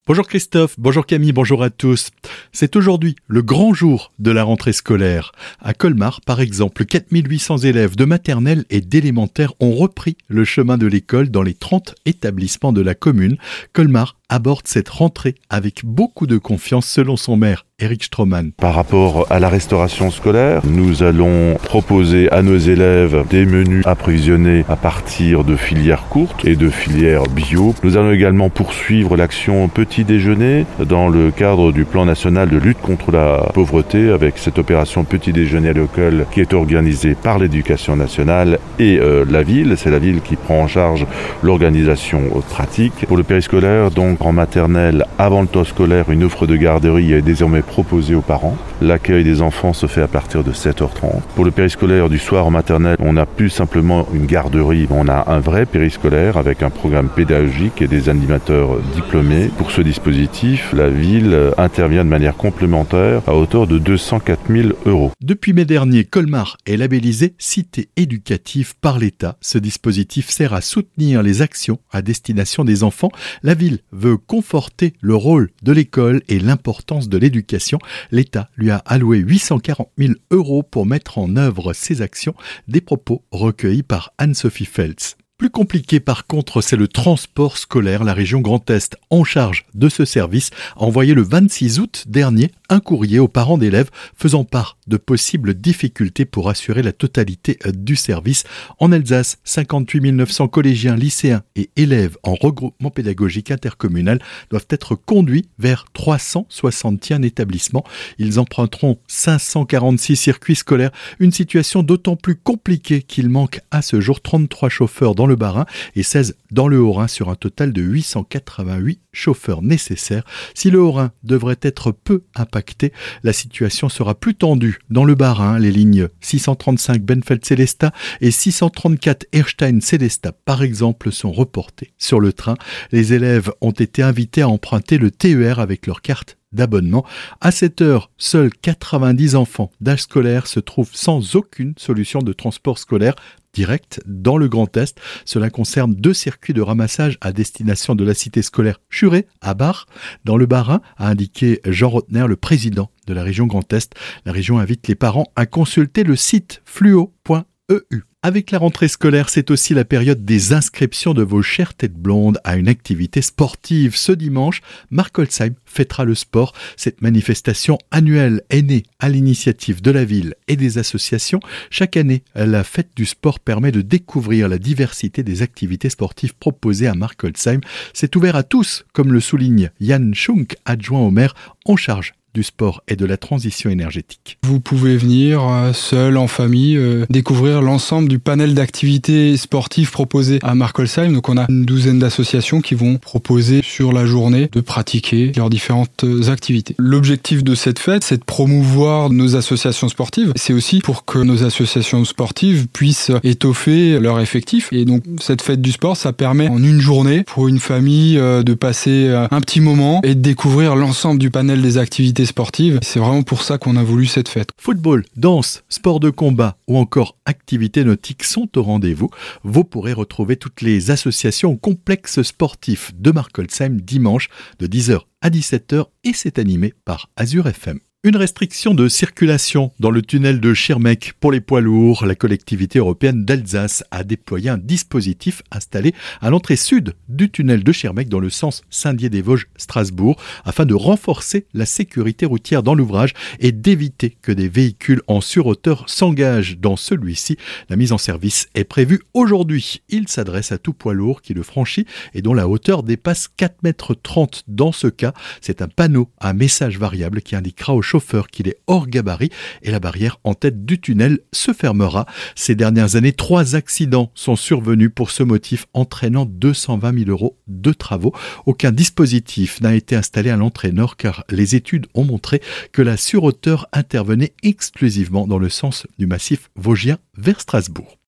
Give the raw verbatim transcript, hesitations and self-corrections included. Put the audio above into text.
Bonjour Christophe, bonjour Camille, bonjour à tous. C'est aujourd'hui le grand jour de la rentrée scolaire. À Colmar, par exemple, quatre mille huit cents élèves de maternelle et d'élémentaire ont repris le chemin de l'école dans les trente établissements de la commune. Colmar aborde cette rentrée avec beaucoup de confiance selon son maire, Éric Stroman. Par rapport à la restauration scolaire, nous allons proposer à nos élèves des menus approvisionnés à partir de filières courtes et de filières bio. Nous allons également poursuivre l'action petit déjeuner dans le cadre du plan national de lutte contre la pauvreté avec cette opération petit déjeuner à l'école qui est organisée par l'éducation nationale et euh, la ville. C'est la ville qui prend en charge l'organisation pratique. Pour le périscolaire, donc en maternelle, avant le temps scolaire, une offre de garderie est désormais proposée aux parents. L'accueil des enfants se fait à partir de sept heures trente. Pour le périscolaire du soir en maternelle, on n'a plus simplement une garderie, on a un vrai périscolaire avec un programme pédagogique et des animateurs diplômés. Pour ce dispositif, la ville intervient de manière complémentaire à hauteur de deux cent quatre mille euros. Depuis mai dernier, Colmar est labellisé Cité éducative par l'État. Ce dispositif sert à soutenir les actions à destination des enfants. La ville veut conforter le rôle de l'école et l'importance de l'éducation. L'État lui a alloué huit cent quarante mille euros pour mettre en œuvre ces actions. Des propos recueillis par Anne-Sophie Feltz. Plus compliqué par contre, c'est le transport scolaire. La région Grand Est, en charge de ce service, a envoyé le vingt-six août dernier un courrier aux parents d'élèves faisant part de possibles difficultés pour assurer la totalité du service. En Alsace, cinquante-huit mille neuf cents collégiens, lycéens et élèves en regroupement pédagogique intercommunal doivent être conduits vers trois cent soixante et un établissements. Ils emprunteront cinq cent quarante-six circuits scolaires, une situation d'autant plus compliquée qu'il manque à ce jour trente-trois chauffeurs dans le Bas-Rhin et seize dans le Haut-Rhin sur un total de huit cent quatre-vingt-huit chauffeurs nécessaires. Si le Haut-Rhin devrait être peu impacté, la situation sera plus tendue dans le Bas-Rhin. Les lignes six cent trente-cinq Benfeld-Sélestat et six cent trente-quatre Erstein-Sélestat par exemple sont reportées. Sur le train, les élèves ont été invités à emprunter le T E R avec leur carte d'abonnement. À cette heure, seuls quatre-vingt-dix enfants d'âge scolaire se trouvent sans aucune solution de transport scolaire direct dans le Grand Est. Cela concerne deux circuits de ramassage à destination de la cité scolaire Churet à Bar, dans le Bas-Rhin, a indiqué Jean Rotner, le président de la région Grand Est. La région invite les parents à consulter le site fluo point e u. Avec la rentrée scolaire, c'est aussi la période des inscriptions de vos chères têtes blondes à une activité sportive. Ce dimanche, Markolsheim fêtera le sport. Cette manifestation annuelle est née à l'initiative de la ville et des associations. Chaque année, la fête du sport permet de découvrir la diversité des activités sportives proposées à Markolsheim. C'est ouvert à tous, comme le souligne Jan Schunk, adjoint au maire en charge du sport et de la transition énergétique. Vous pouvez venir euh, seul, en famille, euh, découvrir l'ensemble du panel d'activités sportives proposées à Markolsheim. Donc on a une douzaine d'associations qui vont proposer sur la journée de pratiquer leurs différentes activités. L'objectif de cette fête, c'est de promouvoir nos associations sportives. C'est aussi pour que nos associations sportives puissent étoffer leur effectif. Et donc cette fête du sport, ça permet en une journée pour une famille euh, de passer euh, un petit moment et de découvrir l'ensemble du panel des activités sportives. C'est vraiment pour ça qu'on a voulu cette fête. Football, danse, sport de combat ou encore activités nautiques sont au rendez-vous. Vous pourrez retrouver toutes les associations au complexe sportif de Markolsheim dimanche de dix heures à dix-sept heures et c'est animé par Azure F M. Une restriction de circulation dans le tunnel de Schirmeck pour les poids lourds. La collectivité européenne d'Alsace a déployé un dispositif installé à l'entrée sud du tunnel de Schirmeck dans le sens Saint-Dié-des-Vosges-Strasbourg afin de renforcer la sécurité routière dans l'ouvrage et d'éviter que des véhicules en surhauteur s'engagent dans celui-ci. La mise en service est prévue aujourd'hui. Il s'adresse à tout poids lourd qui le franchit et dont la hauteur dépasse quatre mètres trente. Dans ce cas, c'est un panneau à message variable qui indiquera au chauffeur qu'il est hors gabarit et la barrière en tête du tunnel se fermera. Ces dernières années, trois accidents sont survenus pour ce motif, entraînant deux cent vingt mille euros de travaux. Aucun dispositif n'a été installé à l'entrée nord car les études ont montré que la surhauteur intervenait exclusivement dans le sens du massif vosgien vers Strasbourg.